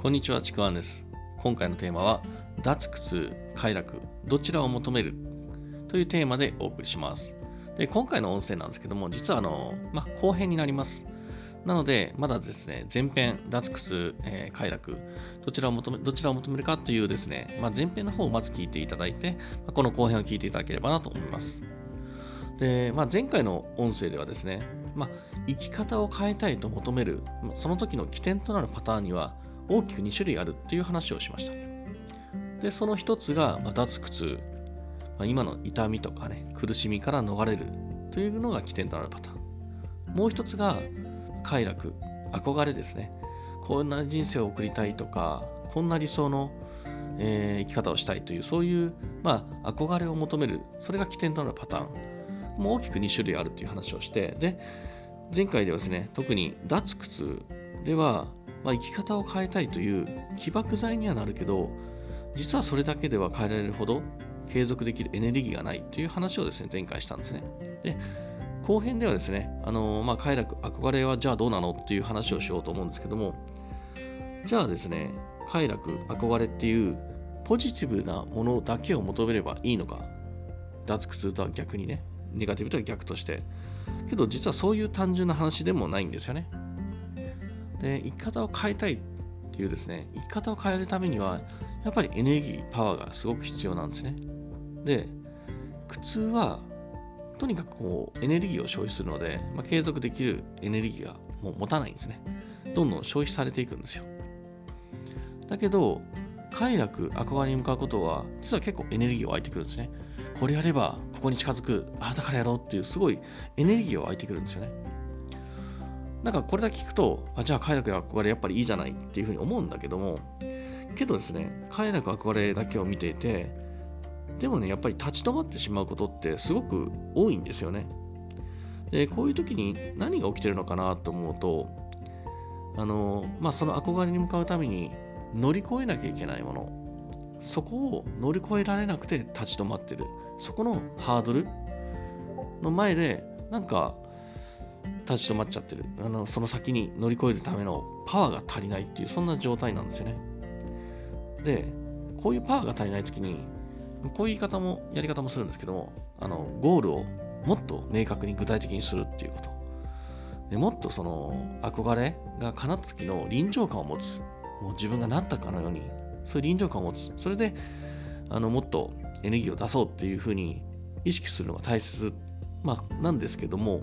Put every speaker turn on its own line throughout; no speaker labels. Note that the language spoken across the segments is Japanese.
こんにちは、ちくわんです。今回のテーマは、脱苦痛、快楽、どちらを求めるというテーマでお送りします。で、今回の音声なんですけども、実は後編になります。なので、まだですね、前編、脱苦痛、快楽、どちらを求めるかというですね、前編の方をまず聞いていただいて、この後編を聞いていただければなと思います。で、前回の音声ではですね、生き方を変えたいと求める、その時の起点となるパターンには大きく2種類あるっていう話をしました。で、その一つが、脱苦痛、今の痛みとかね、苦しみから逃れるというのが起点となるパターン。もう一つが、快楽、憧れですね。こんな人生を送りたいとか、こんな理想の、生き方をしたいという、そういう、憧れを求める、それが起点となるパターン。もう大きく2種類あるという話をして、で、前回ではですね、特に脱苦痛では、生き方を変えたいという起爆剤にはなるけど、実はそれだけでは変えられるほど継続できるエネルギーがないという話をですね、前回したんですね。で、後編ではですね、快楽、憧れはじゃあどうなのっていう話をしようと思うんですけども、じゃあですね、快楽、憧れっていうポジティブなものだけを求めればいいのか、脱苦痛とは逆にね、ネガティブとは逆として、けど実はそういう単純な話でもないんですよね。で、生き方を変えたいっていうですね、生き方を変えるためにはやっぱりエネルギー、パワーがすごく必要なんですね。で、苦痛はとにかくエネルギーを消費するので、継続できるエネルギーがもう持たないんですね。どんどん消費されていくんですよ。だけど、快楽、憧れに向かうことは実は結構エネルギーを湧いてくるんですね。これやればここに近づく、だからやろうっていうすごいエネルギーが湧いてくるんですよね。なんかこれだけ聞くと、じゃあ快楽や憧れやっぱりいいじゃないっていうふうに思うんだけども、けどですね、快楽憧れだけを見ていて、でもね、やっぱり立ち止まってしまうことってすごく多いんですよね。で、こういう時に何が起きてるのかなと思うと、その憧れに向かうために乗り越えなきゃいけないもの、そこを乗り越えられなくて立ち止まってる。そこのハードルの前で、なんか立ち止まっちゃってる。その先に乗り越えるためのパワーが足りないっていう、そんな状態なんですよね。で、こういうパワーが足りないときに、こういうやり方もするんですけども、ゴールをもっと明確に具体的にするっていうこと。で、もっとその憧れが叶った時の臨場感を持つ。もう自分がなったかのように、そういう臨場感を持つ。それで、もっとエネルギーを出そうっていうふうに意識するのが大切、なんですけども、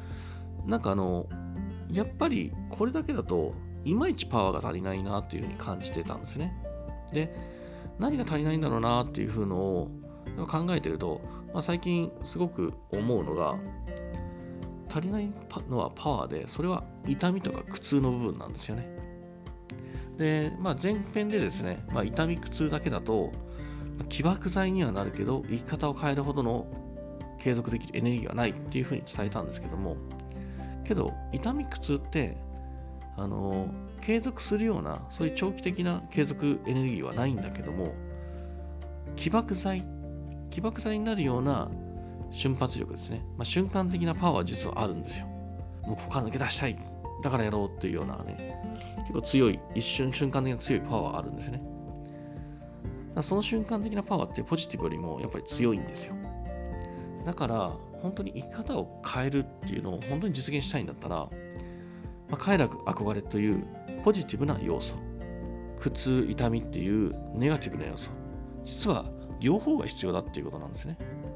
やっぱりこれだけだといまいちパワーが足りないなっていうふうに感じてたんですね。で、何が足りないんだろうなっていうふうのを考えてると、最近すごく思うのが、足りないのはパワーで、それは痛みとか苦痛の部分なんですよね。で、前編でですね、痛み苦痛だけだと起爆剤にはなるけど、生き方を変えるほどの継続できるエネルギーはないっていうふうに伝えたんですけども、けど痛み苦痛って継続するような、そういう長期的な継続エネルギーはないんだけども、起爆剤になるような瞬発力ですね、瞬間的なパワーは実はあるんですよ。もうここから抜け出したい、だからやろうっていうようなね、結構強い、瞬間的な強いパワーがあるんですね。だからその瞬間的なパワーってポジティブよりもやっぱり強いんですよ。だから本当に生き方を変えるっていうのを本当に実現したいんだったら、快楽、憧れというポジティブな要素、苦痛、痛みっていうネガティブな要素、実は両方が必要だっていうことなんですね。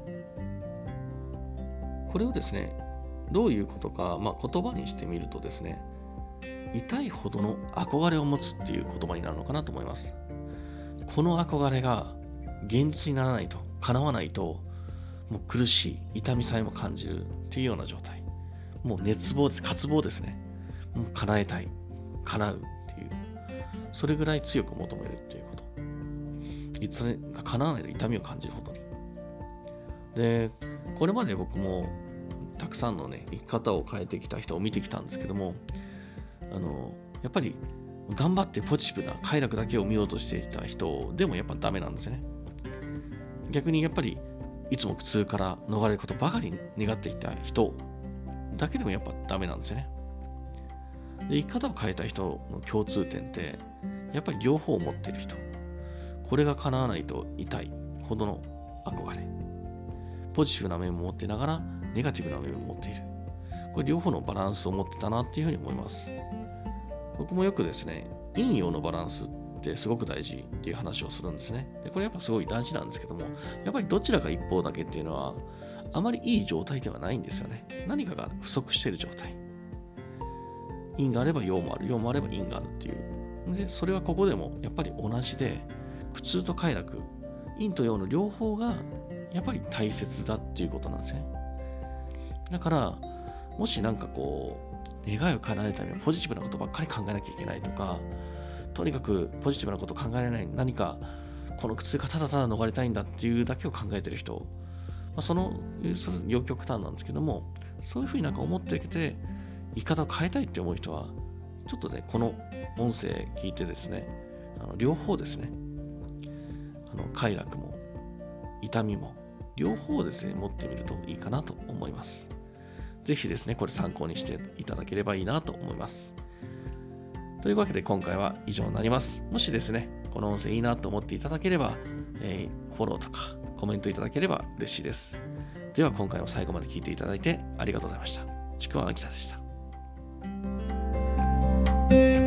これをですね、どういうことか、言葉にしてみるとですね、痛いほどの憧れを持つっていう言葉になるのかなと思います。この憧れが現実にならないと、叶わないと、もう苦しい、痛みさえも感じるっていうような状態。もう熱望です、渇望ですね。もう叶えたい、叶うっていう、それぐらい強く求めるっていうこと。いつが叶わないと痛みを感じるほどに。で、これまで僕もたくさんのね、生き方を変えてきた人を見てきたんですけども、やっぱり頑張ってポジティブな快楽だけを見ようとしていた人でもやっぱダメなんですよね。逆にやっぱりいつも苦痛から逃れることばかり願っていた人だけでもやっぱダメなんですよね。で、生き方を変えた人の共通点って、 やっぱり両方を持っている人。これが叶わないと痛いほどの憧れ。ポジティブな面も持っていながら、ネガティブな面も持っている。これ両方のバランスを持ってたなっていうふうに思います。僕もよくですね、陰陽のバランスってすごく大事っていう話をするんですね。でこれやっぱすごい大事なんですけども、やっぱりどちらか一方だけっていうのは、あまりいい状態ではないんですよね。何かが不足している状態。陰があれば陽もある、陽もあれば陰があるっていう。で、それはここでもやっぱり同じで、苦痛と快楽、陰と陽の両方がやっぱり大切だっていうことなんですね。だから、もしなんかこう、願いを叶えるためにポジティブなことばっかり考えなきゃいけないとか、とにかくポジティブなことを考えられない、何かこの苦痛がただただ逃れたいんだっていうだけを考えてる人、その両極端なんですけども、そういうふうになんか思ってきて、言い方を変えたいって思う人は、ちょっとね、この音声聞いてですね、両方ですね、快楽も痛みも両方ですね、持ってみるといいかなと思います。ぜひですね、これ参考にしていただければいいなと思います。というわけで今回は以上になります。もしですね、この音声いいなと思っていただければ、フォローとかコメントいただければ嬉しいです。では今回も最後まで聞いていただいてありがとうございました。ちくわあきらでした。